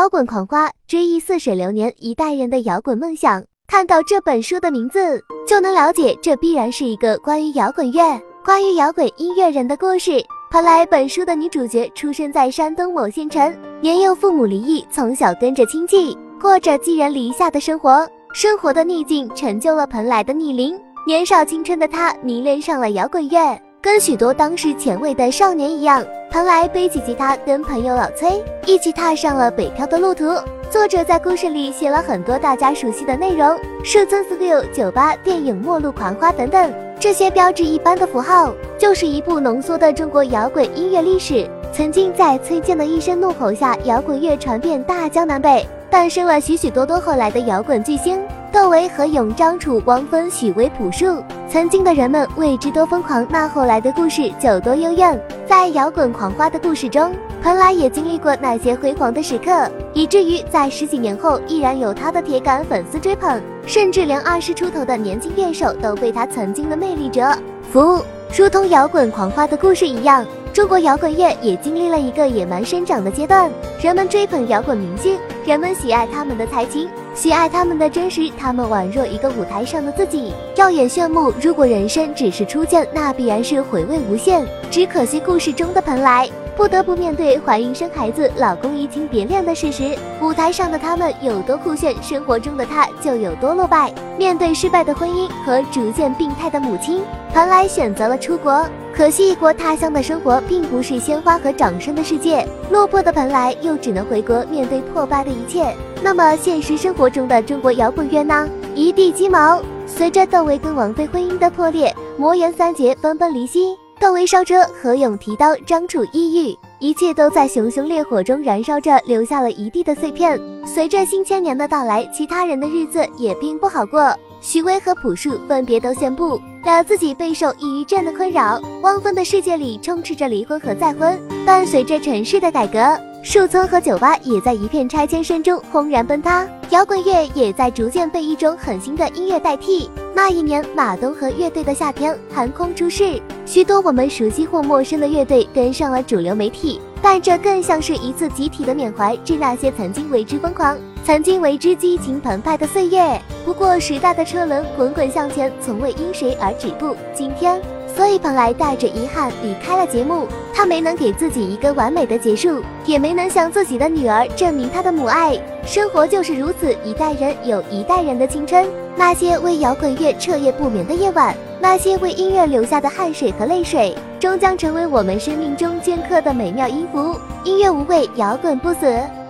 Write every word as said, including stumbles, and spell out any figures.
摇滚狂花，追忆似水流年一代人的摇滚梦想。看到这本书的名字，就能了解这必然是一个关于摇滚乐、关于摇滚音乐人的故事。原来本书的女主角出生在山东某县城，年幼父母离异，从小跟着亲戚过着寄人篱下的生活。生活的逆境成就了蓬莱的逆鳞，年少青春的她迷恋上了摇滚乐。跟许多当时前卫的少年一样，蓬莱背起吉他，跟朋友老崔一起踏上了北漂的路途。作者在故事里写了很多大家熟悉的内容，树村四六、酒吧、电影、末路狂花等等，这些标志一般的符号，就是一部浓缩的中国摇滚音乐历史。曾经在崔健的一声怒吼下，摇滚乐传遍大江南北，诞生了许许多多后来的摇滚巨星，窦唯、何勇、张楚、汪峰、许巍、朴树。曾经的人们为之多疯狂，那后来的故事就多幽怨。在摇滚狂花的故事中，蓬莱也经历过那些辉煌的时刻，以至于在十几年后依然有他的铁杆粉丝追捧，甚至连二十出头的年轻乐手都被他曾经的魅力折服。如同摇滚狂花的故事一样，中国摇滚乐也经历了一个野蛮生长的阶段，人们追捧摇滚明星，人们喜爱他们的才情，喜爱他们的真实，他们宛若一个舞台上的自己，耀眼炫目。如果人生只是初见，那必然是回味无限。只可惜故事中的蓬莱不得不面对怀孕生孩子、老公移情别恋的事实。舞台上的他们有多酷炫，生活中的他就有多落败。面对失败的婚姻和逐渐病态的母亲，蓬莱选择了出国。可惜异国他乡的生活并不是鲜花和掌声的世界，落魄的蓬莱又只能回国面对破败的一切。那么现实生活中的中国摇滚乐呢？一地鸡毛。随着窦唯跟王菲婚姻的破裂，魔岩三杰纷纷离析，窦唯烧车，何勇提刀，张楚抑郁，一切都在熊熊烈火中燃烧着，留下了一地的碎片。随着新千年的到来，其他人的日子也并不好过。许巍和朴树分别都宣布了自己备受抑郁症的困扰。汪峰的世界里充斥着离婚和再婚。伴随着城市的改革，树村和酒吧也在一片拆迁声中轰然崩塌，摇滚乐也在逐渐被一种很新的音乐代替。那一年，马东和乐队的夏天横空出世，许多我们熟悉或陌生的乐队跟上了主流媒体，但这更像是一次集体的缅怀，致那些曾经为之疯狂、曾经为之激情澎湃的岁月。不过时代的车轮滚滚向前，从未因谁而止步。今天，所以蓬莱带着遗憾离开了节目，他没能给自己一个完美的结束，也没能向自己的女儿证明他的母爱。生活就是如此，一代人有一代人的青春，那些为摇滚乐彻夜不眠的夜晚，那些为音乐流下的汗水和泪水，终将成为我们生命中镌刻的美妙音符。音乐无畏，摇滚不死。